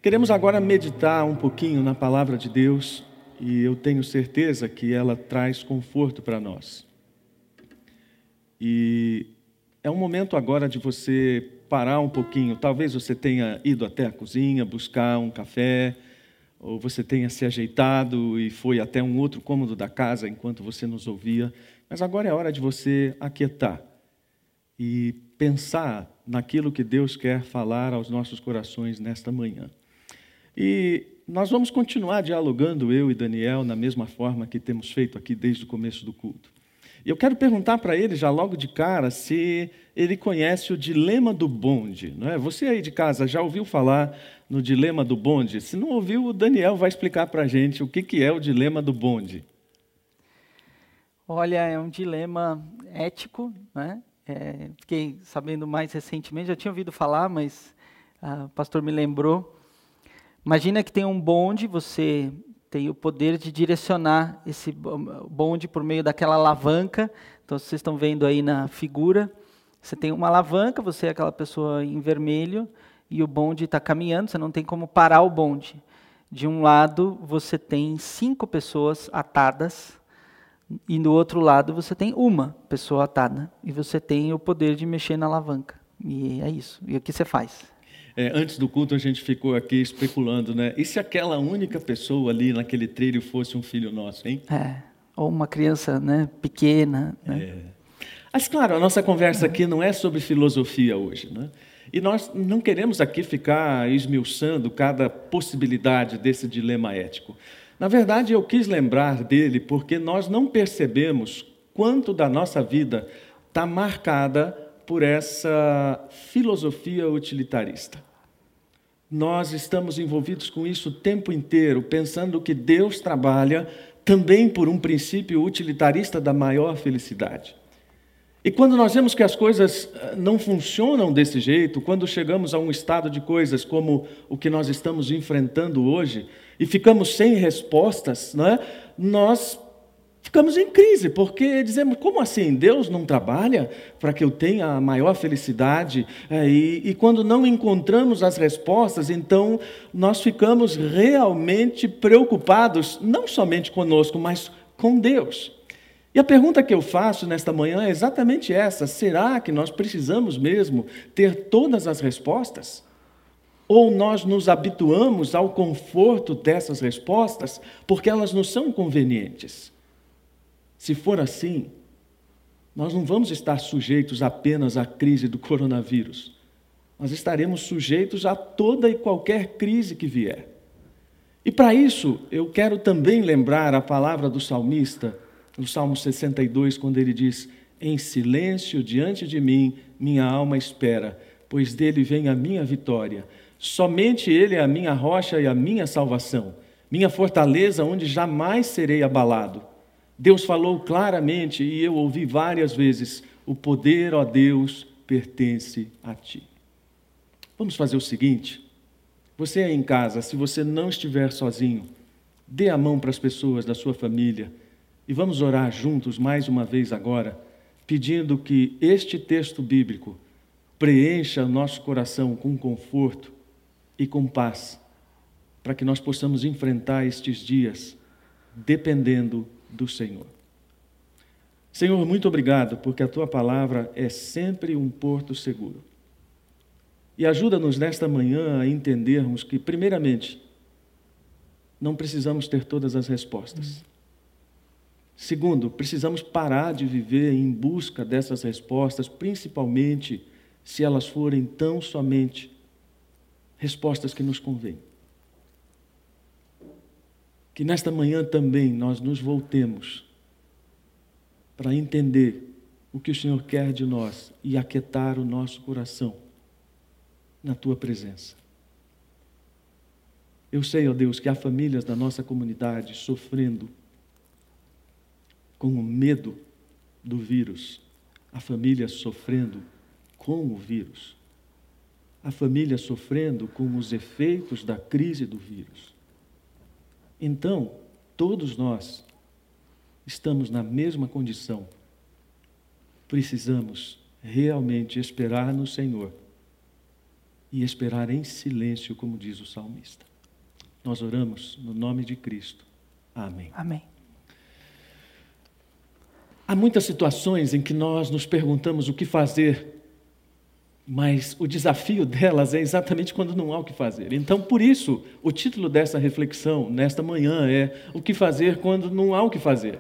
Queremos agora meditar um pouquinho na palavra de Deus e eu tenho certeza que ela traz conforto para nós. E é um momento agora de você parar um pouquinho. Talvez você tenha ido até a cozinha buscar um café, ou você tenha se ajeitado e foi até um outro cômodo da casa enquanto você nos ouvia. Mas agora é hora de você aquietar e pensar naquilo que Deus quer falar aos nossos corações nesta manhã. E nós vamos continuar dialogando, eu e Daniel, na mesma forma que temos feito aqui desde o começo do culto. E eu quero perguntar para ele, já logo de cara, se ele conhece o dilema do bonde. Não é? Você aí de casa já ouviu falar no dilema do bonde? Se não ouviu, o Daniel vai explicar para a gente o que é o dilema do bonde. Olha, é um dilema ético, né? Fiquei sabendo mais recentemente, já tinha ouvido falar, mas o pastor me lembrou. Imagina que tem um bonde, você tem o poder de direcionar esse bonde por meio daquela alavanca. Então, vocês estão vendo aí na figura, você tem uma alavanca, você é aquela pessoa em vermelho, e o bonde está caminhando, você não tem como parar o bonde. De um lado, você tem 5 pessoas atadas, e do outro lado você tem uma pessoa atada, e você tem o poder de mexer na alavanca. E é isso. E o que você faz? Antes do culto a gente ficou aqui especulando, né? E se aquela única pessoa ali naquele trilho fosse um filho nosso, hein? Ou uma criança, né, pequena. Né? Mas claro, a nossa conversa aqui não é sobre filosofia hoje, né? E nós não queremos aqui ficar esmiuçando cada possibilidade desse dilema ético. Na verdade, eu quis lembrar dele porque nós não percebemos quanto da nossa vida está marcada por essa filosofia utilitarista. Nós estamos envolvidos com isso o tempo inteiro, pensando que Deus trabalha também por um princípio utilitarista da maior felicidade. E quando nós vemos que as coisas não funcionam desse jeito, quando chegamos a um estado de coisas como o que nós estamos enfrentando hoje, e ficamos sem respostas, né, nós ficamos em crise, porque dizemos, como assim? Deus não trabalha para que eu tenha a maior felicidade? E quando não encontramos as respostas, então nós ficamos realmente preocupados, não somente conosco, mas com Deus. E a pergunta que eu faço nesta manhã é exatamente essa: será que nós precisamos mesmo ter todas as respostas? Ou nós nos habituamos ao conforto dessas respostas porque elas nos são convenientes? Se for assim, nós não vamos estar sujeitos apenas à crise do coronavírus. Nós estaremos sujeitos a toda e qualquer crise que vier. E para isso, eu quero também lembrar a palavra do salmista, no Salmo 62, quando ele diz: em silêncio diante de mim, minha alma espera, pois dele vem a minha vitória. Somente ele é a minha rocha e a minha salvação, minha fortaleza onde jamais serei abalado. Deus falou claramente, e eu ouvi várias vezes: o poder, ó Deus, pertence a ti. Vamos fazer o seguinte: você aí em casa, se você não estiver sozinho, dê a mão para as pessoas da sua família e vamos orar juntos mais uma vez agora, pedindo que este texto bíblico preencha o nosso coração com conforto e com paz, para que nós possamos enfrentar estes dias dependendo do Senhor. Senhor, muito obrigado, porque a Tua palavra é sempre um porto seguro. E ajuda-nos nesta manhã a entendermos que, primeiramente, não precisamos ter todas as respostas. Segundo, precisamos parar de viver em busca dessas respostas, principalmente se elas forem tão somente respostas que nos convêm. Que nesta manhã também nós nos voltemos para entender o que o Senhor quer de nós e aquietar o nosso coração na Tua presença. Eu sei, ó Deus, que há famílias da nossa comunidade sofrendo com o medo do vírus, há famílias sofrendo com o vírus, há famílias sofrendo com os efeitos da crise do vírus. Então, todos nós estamos na mesma condição. Precisamos realmente esperar no Senhor e esperar em silêncio, como diz o salmista. Nós oramos no nome de Cristo. Amém. Amém. Há muitas situações em que nós nos perguntamos o que fazer, mas o desafio delas é exatamente quando não há o que fazer. Então, por isso, o título dessa reflexão, nesta manhã, é o que fazer quando não há o que fazer.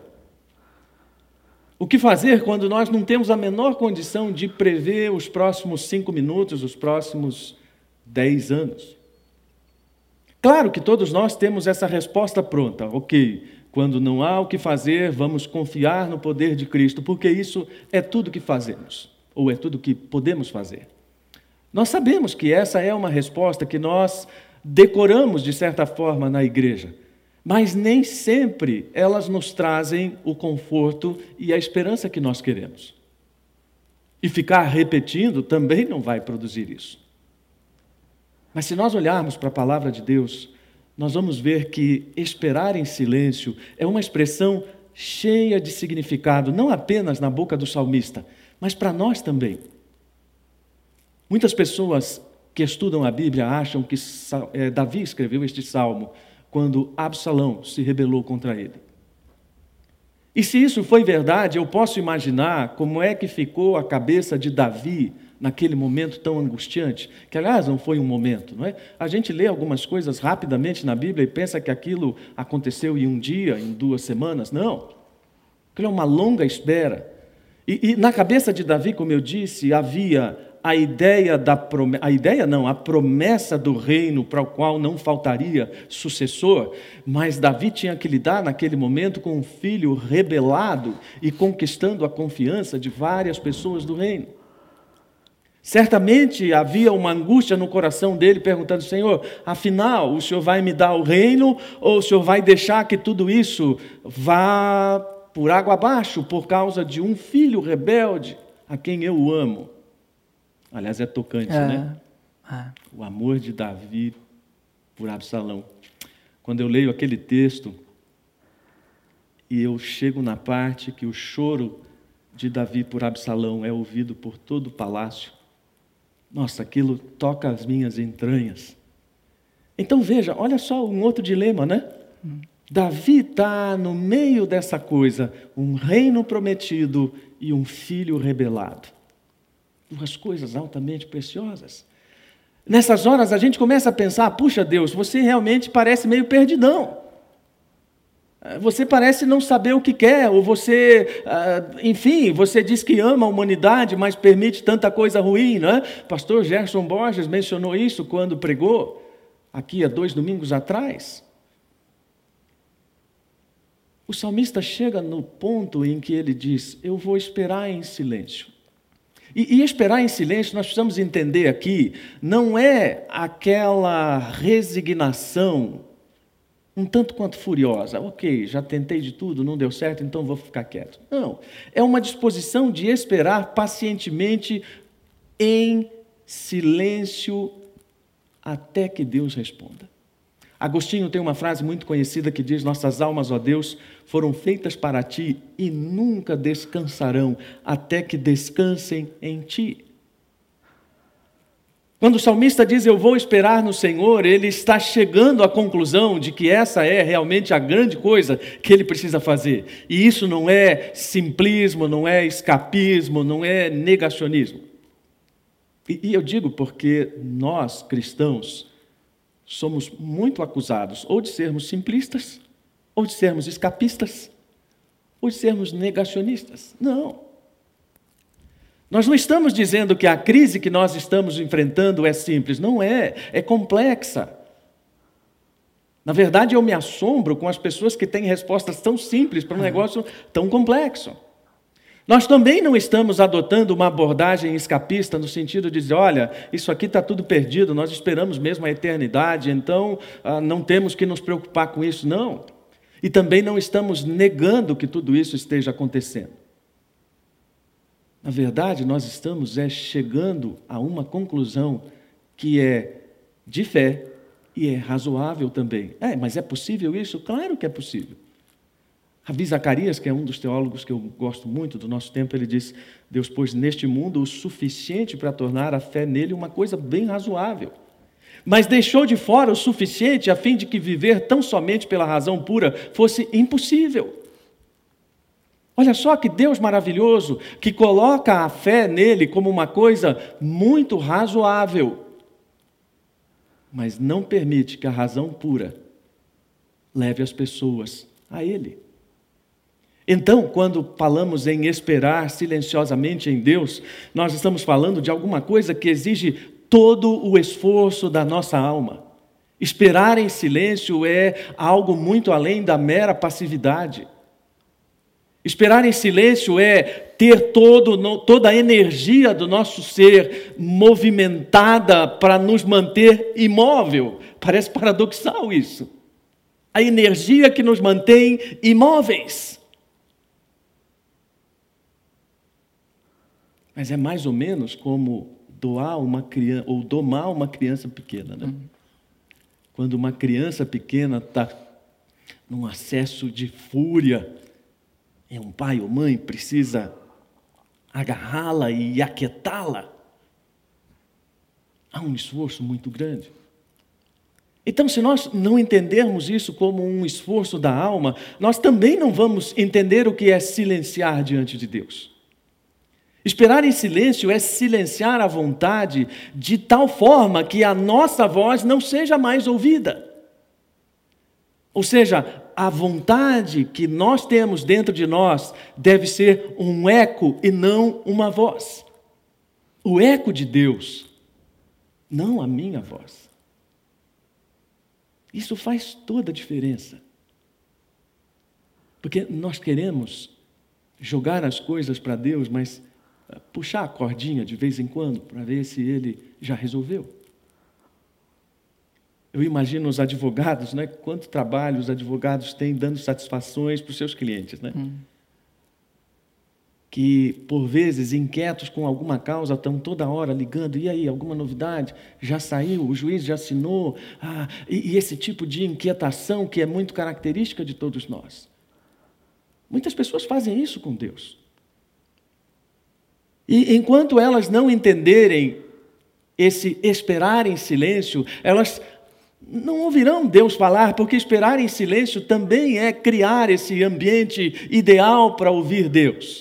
O que fazer quando nós não temos a menor condição de prever os próximos 5 minutos, os próximos 10 anos? Claro que todos nós temos essa resposta pronta. Ok, quando não há o que fazer, vamos confiar no poder de Cristo, porque isso é tudo que fazemos, ou é tudo que podemos fazer. Nós sabemos que essa é uma resposta que nós decoramos, de certa forma, na igreja, mas nem sempre elas nos trazem o conforto e a esperança que nós queremos. E ficar repetindo também não vai produzir isso. Mas se nós olharmos para a palavra de Deus, nós vamos ver que esperar em silêncio é uma expressão cheia de significado, não apenas na boca do salmista, mas para nós também. Muitas pessoas que estudam a Bíblia acham que Davi escreveu este salmo quando Absalão se rebelou contra ele. E se isso foi verdade, eu posso imaginar como é que ficou a cabeça de Davi naquele momento tão angustiante, que aliás não foi um momento, não é? A gente lê algumas coisas rapidamente na Bíblia e pensa que aquilo aconteceu em um dia, em 2 semanas. Não, aquilo é uma longa espera. E na cabeça de Davi, como eu disse, havia a promessa do reino para o qual não faltaria sucessor, mas Davi tinha que lidar naquele momento com um filho rebelado e conquistando a confiança de várias pessoas do reino. Certamente havia uma angústia no coração dele, perguntando: Senhor, afinal, o Senhor vai me dar o reino ou o Senhor vai deixar que tudo isso vá por água abaixo por causa de um filho rebelde a quem eu amo? Aliás, é tocante, né? O amor de Davi por Absalão. Quando eu leio aquele texto e eu chego na parte que o choro de Davi por Absalão é ouvido por todo o palácio, nossa, aquilo toca as minhas entranhas. Então veja, olha só um outro dilema, né? Davi está no meio dessa coisa, um reino prometido e um filho rebelado. 2 coisas altamente preciosas. Nessas horas a gente começa a pensar: puxa Deus, você realmente parece meio perdidão. Você parece não saber o que quer, ou você, enfim, você diz que ama a humanidade, mas permite tanta coisa ruim, não é? Pastor Gerson Borges mencionou isso quando pregou, aqui há 2 domingos atrás. O salmista chega no ponto em que ele diz: eu vou esperar em silêncio. E esperar em silêncio, nós precisamos entender aqui, não é aquela resignação um tanto quanto furiosa. Ok, já tentei de tudo, não deu certo, então vou ficar quieto. Não, é uma disposição de esperar pacientemente em silêncio até que Deus responda. Agostinho tem uma frase muito conhecida que diz: nossas almas, ó Deus, foram feitas para Ti e nunca descansarão até que descansem em Ti. Quando o salmista diz: eu vou esperar no Senhor, ele está chegando à conclusão de que essa é realmente a grande coisa que ele precisa fazer. E isso não é simplismo, não é escapismo, não é negacionismo. E eu digo porque nós, cristãos, somos muito acusados ou de sermos simplistas, ou de sermos escapistas, ou de sermos negacionistas. Não. Nós não estamos dizendo que a crise que nós estamos enfrentando é simples. Não é, é complexa. Na verdade, eu me assombro com as pessoas que têm respostas tão simples para um negócio tão complexo. Nós também não estamos adotando uma abordagem escapista no sentido de dizer: olha, isso aqui está tudo perdido, nós esperamos mesmo a eternidade, então não temos que nos preocupar com isso, não. E também não estamos negando que tudo isso esteja acontecendo. Na verdade, nós estamos chegando a uma conclusão que é de fé e é razoável também. Mas é possível isso? Claro que é possível. Rabi Zacarias, que é um dos teólogos que eu gosto muito do nosso tempo, ele diz: Deus pôs neste mundo o suficiente para tornar a fé nele uma coisa bem razoável, mas deixou de fora o suficiente a fim de que viver tão somente pela razão pura fosse impossível. Olha só que Deus maravilhoso, que coloca a fé nele como uma coisa muito razoável, mas não permite que a razão pura leve as pessoas a ele. Então, quando falamos em esperar silenciosamente em Deus, nós estamos falando de alguma coisa que exige todo o esforço da nossa alma. Esperar em silêncio é algo muito além da mera passividade. Esperar em silêncio é ter toda a energia do nosso ser movimentada para nos manter imóvel. Parece paradoxal isso. A energia que nos mantém imóveis. Mas é mais ou menos como doar uma criança, ou domar uma criança pequena, né? Quando uma criança pequena está num acesso de fúria, e um pai ou mãe precisa agarrá-la e aquietá-la, há um esforço muito grande. Então, se nós não entendermos isso como um esforço da alma, nós também não vamos entender o que é silenciar diante de Deus. Esperar em silêncio é silenciar a vontade de tal forma que a nossa voz não seja mais ouvida. Ou seja, a vontade que nós temos dentro de nós deve ser um eco e não uma voz. O eco de Deus, não a minha voz. Isso faz toda a diferença. Porque nós queremos jogar as coisas para Deus, mas puxar a cordinha de vez em quando para ver se Ele já resolveu. Eu imagino os advogados, né? Quanto trabalho os advogados têm dando satisfações para os seus clientes, né? Que, por vezes, inquietos com alguma causa, estão toda hora ligando: e aí, alguma novidade? Já saiu? O juiz já assinou? E esse tipo de inquietação que é muito característica de todos nós. Muitas pessoas fazem isso com Deus. E enquanto elas não entenderem esse esperar em silêncio, elas não ouvirão Deus falar, porque esperar em silêncio também é criar esse ambiente ideal para ouvir Deus.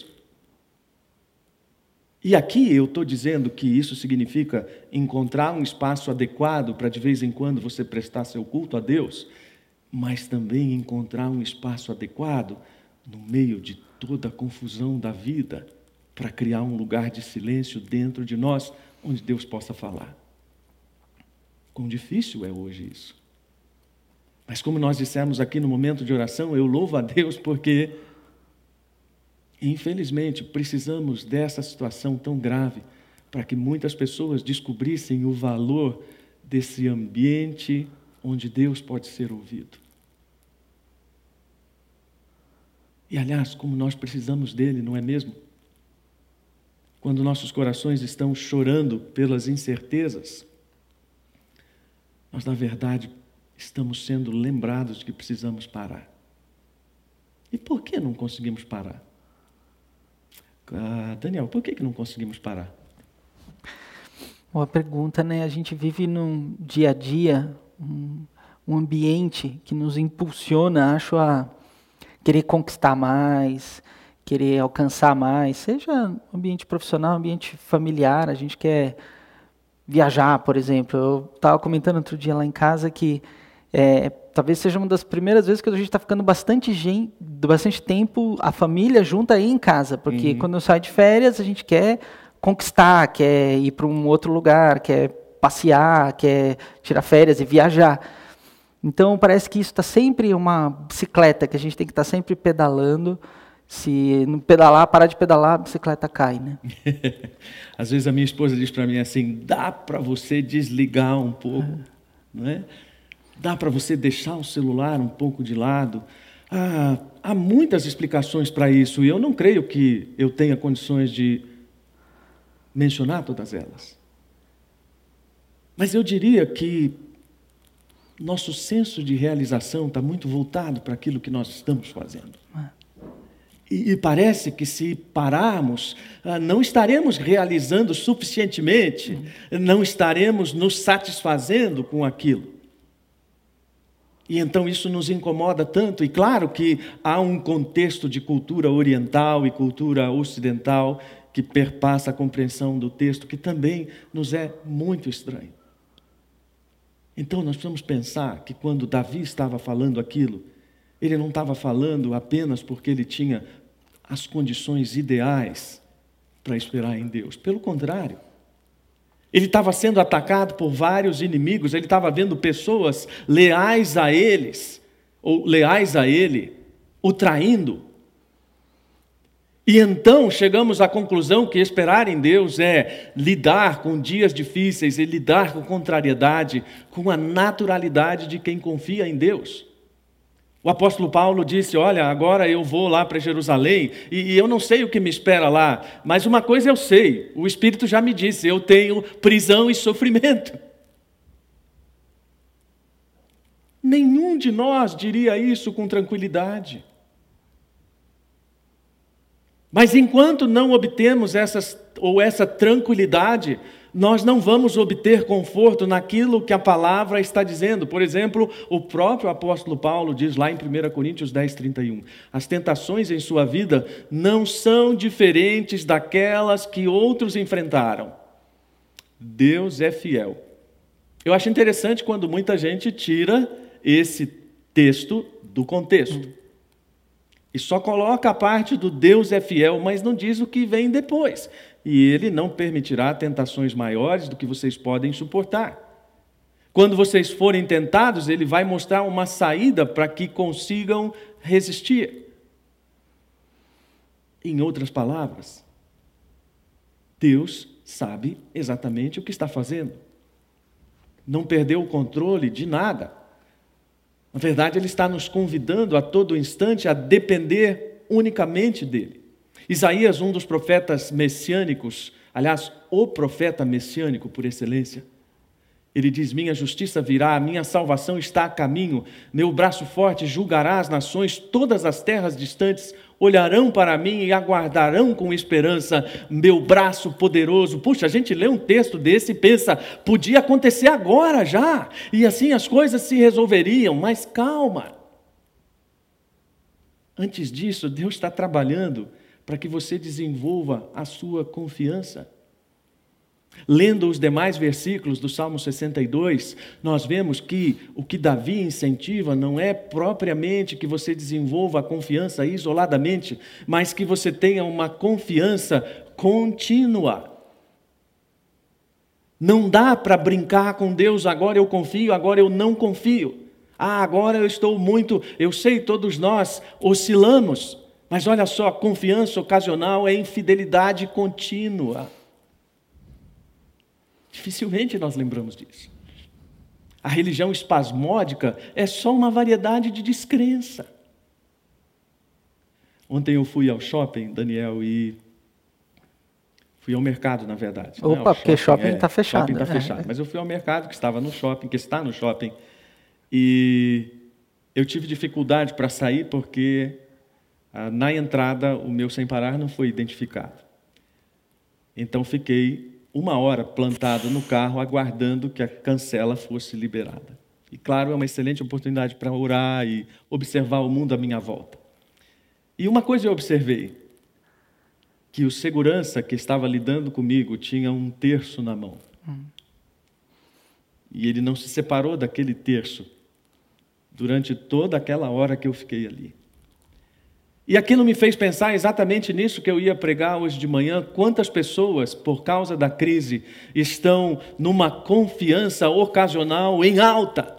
E aqui eu estou dizendo que isso significa encontrar um espaço adequado para de vez em quando você prestar seu culto a Deus, mas também encontrar um espaço adequado no meio de toda a confusão da vida, para criar um lugar de silêncio dentro de nós, onde Deus possa falar. Quão difícil é hoje isso. Mas como nós dissemos aqui no momento de oração, eu louvo a Deus porque, infelizmente, precisamos dessa situação tão grave para que muitas pessoas descobrissem o valor desse ambiente onde Deus pode ser ouvido. E, aliás, como nós precisamos dele, não é mesmo? Quando nossos corações estão chorando pelas incertezas, nós, na verdade, estamos sendo lembrados de que precisamos parar. E por que não conseguimos parar? Daniel, por que não conseguimos parar? Boa pergunta, né? A gente vive num dia a dia, um ambiente que nos impulsiona, acho, a querer conquistar mais, querer alcançar mais, seja ambiente profissional, ambiente familiar. A gente quer viajar, por exemplo. Eu estava comentando outro dia lá em casa que talvez seja uma das primeiras vezes que a gente está ficando bastante tempo, a família junta aí em casa, porque quando eu saio de férias a gente quer conquistar, quer ir para um outro lugar, quer passear, quer tirar férias e viajar. Então parece que isso está sempre uma bicicleta, que a gente tem que estar sempre pedalando. Se não pedalar, parar de pedalar, a bicicleta cai, né? Às vezes a minha esposa diz para mim assim: dá para você desligar um pouco, não é? Dá para você deixar o celular um pouco de lado. Há muitas explicações para isso, e eu não creio que eu tenha condições de mencionar todas elas. Mas eu diria que nosso senso de realização está muito voltado para aquilo que nós estamos fazendo. E parece que se pararmos, não estaremos realizando suficientemente, não estaremos nos satisfazendo com aquilo. E então isso nos incomoda tanto. E claro que há um contexto de cultura oriental e cultura ocidental que perpassa a compreensão do texto, que também nos é muito estranho. Então nós precisamos pensar que quando Davi estava falando aquilo, ele não estava falando apenas porque ele tinha as condições ideais para esperar em Deus. Pelo contrário, ele estava sendo atacado por vários inimigos, ele estava vendo pessoas leais a ele, o traindo. E então chegamos à conclusão que esperar em Deus é lidar com dias difíceis e lidar com contrariedade, com a naturalidade de quem confia em Deus. O apóstolo Paulo disse, olha, agora eu vou lá para Jerusalém e eu não sei o que me espera lá, mas uma coisa eu sei, o Espírito já me disse, eu tenho prisão e sofrimento. Nenhum de nós diria isso com tranquilidade. Mas enquanto não obtemos essa tranquilidade, nós não vamos obter conforto naquilo que a palavra está dizendo. Por exemplo, o próprio apóstolo Paulo diz lá em 1 Coríntios 10:31, as tentações em sua vida não são diferentes daquelas que outros enfrentaram. Deus é fiel. Eu acho interessante quando muita gente tira esse texto do contexto. E só coloca a parte do Deus é fiel, mas não diz o que vem depois. E Ele não permitirá tentações maiores do que vocês podem suportar. Quando vocês forem tentados, Ele vai mostrar uma saída para que consigam resistir. Em outras palavras, Deus sabe exatamente o que está fazendo. Não perdeu o controle de nada. Na verdade, Ele está nos convidando a todo instante a depender unicamente dEle. Isaías, um dos profetas messiânicos, aliás, o profeta messiânico por excelência, ele diz, minha justiça virá, minha salvação está a caminho, meu braço forte julgará as nações, todas as terras distantes olharão para mim e aguardarão com esperança meu braço poderoso. Puxa, a gente lê um texto desse e pensa, podia acontecer agora já, e assim as coisas se resolveriam, mas calma. Antes disso, Deus está trabalhando para que você desenvolva a sua confiança. Lendo os demais versículos do Salmo 62, nós vemos que o que Davi incentiva não é propriamente que você desenvolva a confiança isoladamente, mas que você tenha uma confiança contínua. Não dá para brincar com Deus, agora eu confio, agora eu não confio. Agora eu sei, todos nós oscilamos. Mas olha só, confiança ocasional é infidelidade contínua. Dificilmente nós lembramos disso. A religião espasmódica é só uma variedade de descrença. Ontem eu fui ao shopping, Daniel, e fui ao mercado, na verdade. Opa, porque shopping está fechado. Shopping está fechado. Mas eu fui ao mercado que estava no shopping, que está no shopping, e eu tive dificuldade para sair porque na entrada o meu sem parar não foi identificado. Então fiquei 1 hora plantado no carro aguardando que a cancela fosse liberada. E claro, é uma excelente oportunidade para orar e observar o mundo à minha volta. E uma coisa eu observei, que o segurança que estava lidando comigo tinha um terço na mão. E ele não se separou daquele terço durante toda aquela hora que eu fiquei ali. E aquilo me fez pensar exatamente nisso que eu ia pregar hoje de manhã, quantas pessoas, por causa da crise, estão numa confiança ocasional em alta.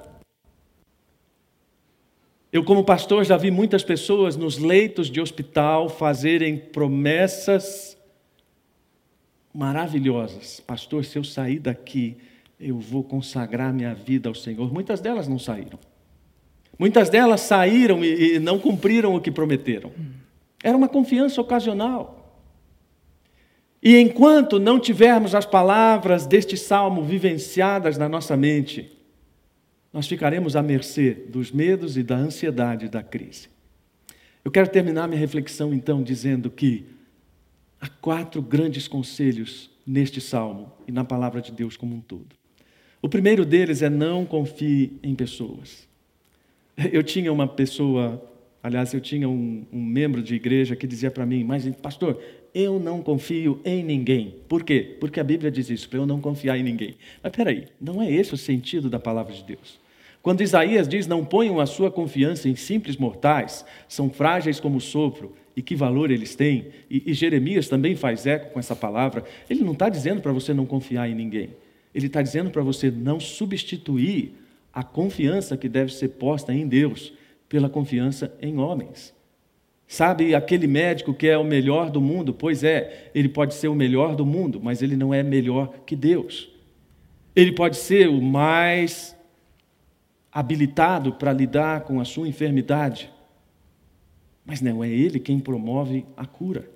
Eu, como pastor, já vi muitas pessoas nos leitos de hospital fazerem promessas maravilhosas. Pastor, se eu sair daqui, eu vou consagrar minha vida ao Senhor. Muitas delas não saíram. Muitas delas saíram e não cumpriram o que prometeram. Era uma confiança ocasional. E enquanto não tivermos as palavras deste salmo vivenciadas na nossa mente, nós ficaremos à mercê dos medos e da ansiedade da crise. Eu quero terminar minha reflexão, então, dizendo que há 4 grandes conselhos neste salmo e na palavra de Deus como um todo. O primeiro deles é: não confie em pessoas. Eu tinha uma pessoa, aliás, eu tinha um membro de igreja que dizia para mim: mas pastor, eu não confio em ninguém. Por quê? Porque a Bíblia diz isso, para eu não confiar em ninguém. Mas peraí, não é esse o sentido da palavra de Deus. Quando Isaías diz: não ponham a sua confiança em simples mortais, são frágeis como o sopro, e que valor eles têm, e Jeremias também faz eco com essa palavra, ele não está dizendo para você não confiar em ninguém. Ele está dizendo para você não substituir a confiança que deve ser posta em Deus pela confiança em homens. Sabe aquele médico que é o melhor do mundo? Pois é, ele pode ser o melhor do mundo, mas ele não é melhor que Deus. Ele pode ser o mais habilitado para lidar com a sua enfermidade, mas não é ele quem promove a cura.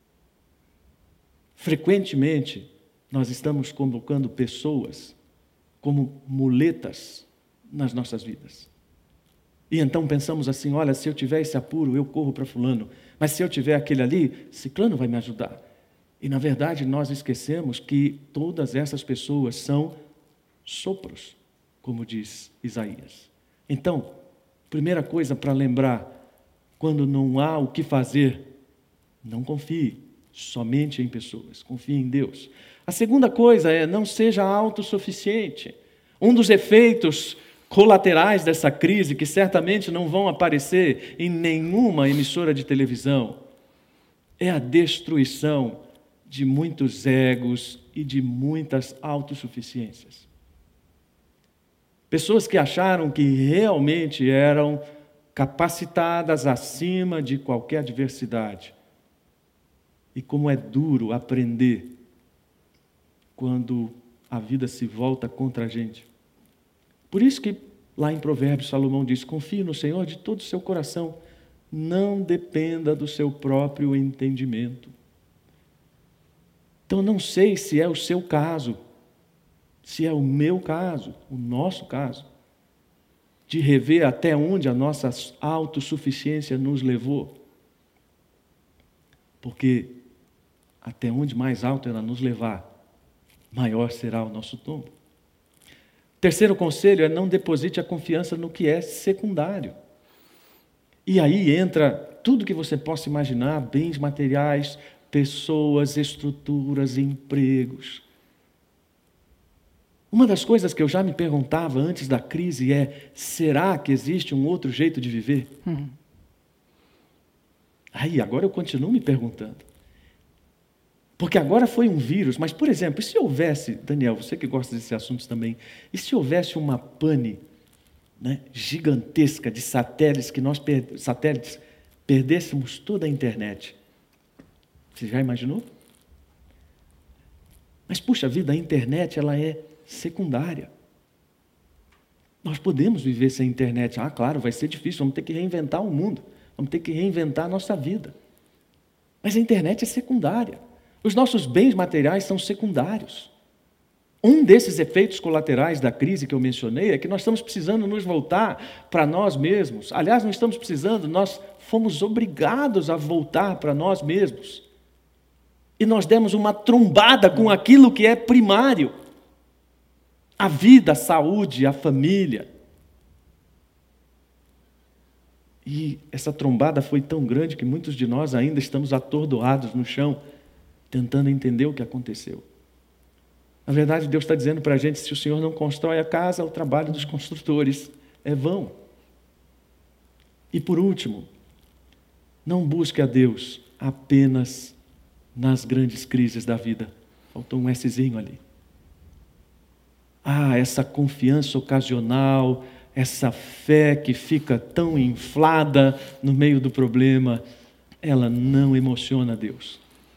Frequentemente, nós estamos colocando pessoas como muletas nas nossas vidas. E então pensamos assim: olha, se eu tiver esse apuro, eu corro para fulano. Mas se eu tiver aquele ali, ciclano vai me ajudar. E na verdade nós esquecemos que todas essas pessoas são sopros, como diz Isaías. Então, primeira coisa para lembrar: quando não há o que fazer, não confie somente em pessoas, confie em Deus. A segunda coisa é: não seja autossuficiente. Um dos efeitos colaterais dessa crise, que certamente não vão aparecer em nenhuma emissora de televisão, é a destruição de muitos egos e de muitas autossuficiências. Pessoas que acharam que realmente eram capacitadas acima de qualquer adversidade. E como é duro aprender quando a vida se volta contra a gente. Por isso que lá em Provérbios Salomão diz: confie no Senhor de todo o seu coração, não dependa do seu próprio entendimento. Então não sei se é o seu caso, se é o meu caso, o nosso caso, de rever até onde a nossa autossuficiência nos levou. Porque até onde mais alto ela nos levar, maior será o nosso tombo. Terceiro conselho é: não deposite a confiança no que é secundário. E aí entra tudo que você possa imaginar: bens materiais, pessoas, estruturas, empregos. Uma das coisas que eu já me perguntava antes da crise é: será que existe um outro jeito de viver? Aí, agora eu continuo me perguntando. Porque agora foi um vírus, mas, por exemplo, e se houvesse, Daniel, você que gosta desses assuntos também, e se houvesse uma pane, né, gigantesca de satélites, que nós perdêssemos toda a internet? Você já imaginou? Mas, puxa vida, a internet ela é secundária. Nós podemos viver sem internet. Ah, claro, vai ser difícil, vamos ter que reinventar o mundo, vamos ter que reinventar a nossa vida. Mas a internet é secundária. Os nossos bens materiais são secundários. Um desses efeitos colaterais da crise que eu mencionei é que nós estamos precisando nos voltar para nós mesmos. Aliás, não estamos precisando, nós fomos obrigados a voltar para nós mesmos. E nós demos uma trombada com aquilo que é primário: a vida, a saúde, a família. E essa trombada foi tão grande que muitos de nós ainda estamos atordoados no chão, tentando entender o que aconteceu. Na verdade, Deus está dizendo para a gente: se o Senhor não constrói a casa, o trabalho dos construtores é vão. E por último, não busque a Deus apenas nas grandes crises da vida. Faltou um Szinho ali. Essa confiança ocasional, essa fé que fica tão inflada no meio do problema, ela não emociona Deus.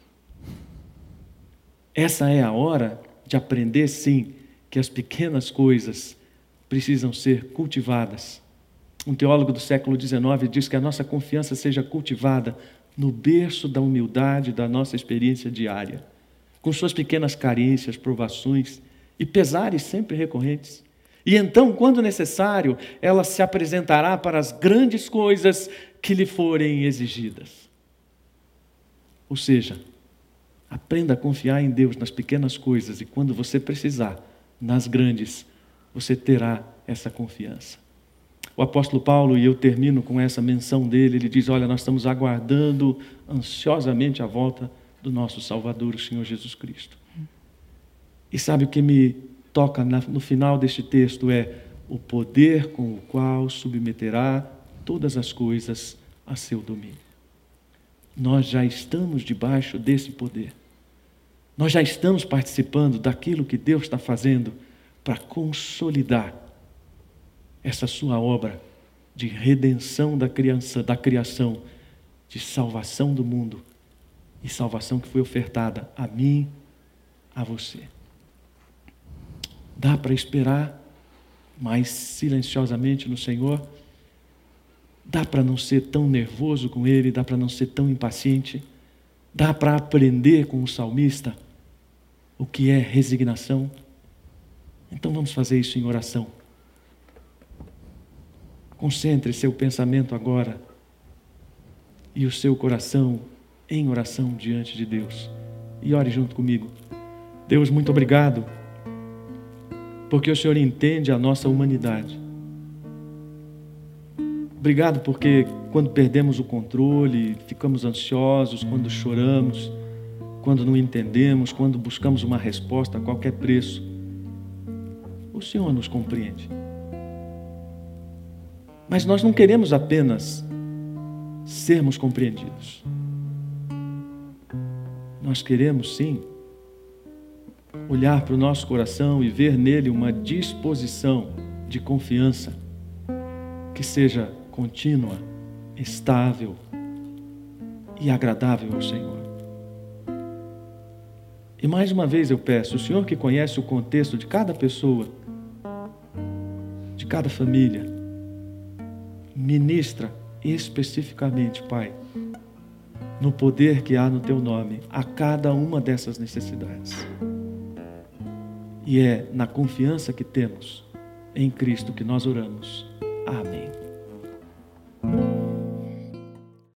Essa é a hora de aprender, sim, que as pequenas coisas precisam ser cultivadas. Um teólogo do século XIX diz que a nossa confiança seja cultivada no berço da humildade da nossa experiência diária, com suas pequenas carências, provações e pesares sempre recorrentes. E então, quando necessário, ela se apresentará para as grandes coisas que lhe forem exigidas. Ou seja, aprenda a confiar em Deus nas pequenas coisas e quando você precisar, nas grandes, você terá essa confiança. O apóstolo Paulo, e eu termino com essa menção dele, ele diz, olha, nós estamos aguardando ansiosamente a volta do nosso Salvador, o Senhor Jesus Cristo. E sabe o que me toca no final deste texto é o poder com o qual submeterá todas as coisas a seu domínio. Nós já estamos debaixo desse poder. Nós já estamos participando daquilo que Deus está fazendo para consolidar essa sua obra de redenção da criação, de salvação do mundo e salvação que foi ofertada a mim, a você. Dá para esperar mais silenciosamente no Senhor? Dá para não ser tão nervoso com Ele, dá para não ser tão impaciente, dá para aprender com o salmista o que é resignação. Então vamos fazer isso em oração. Concentre seu pensamento agora e o seu coração em oração diante de Deus. E ore junto comigo. Deus, muito obrigado, porque o Senhor entende a nossa humanidade. Obrigado porque quando perdemos o controle, ficamos ansiosos, quando choramos, quando não entendemos, quando buscamos uma resposta a qualquer preço, o Senhor nos compreende. Mas nós não queremos apenas sermos compreendidos. Nós queremos, sim, olhar para o nosso coração e ver nele uma disposição de confiança que seja contínua, estável e agradável ao Senhor. E mais uma vez eu peço, o Senhor que conhece o contexto de cada pessoa, de cada família, ministra especificamente, Pai, no poder que há no Teu nome, a cada uma dessas necessidades. E é na confiança que temos em Cristo que nós oramos. Amém.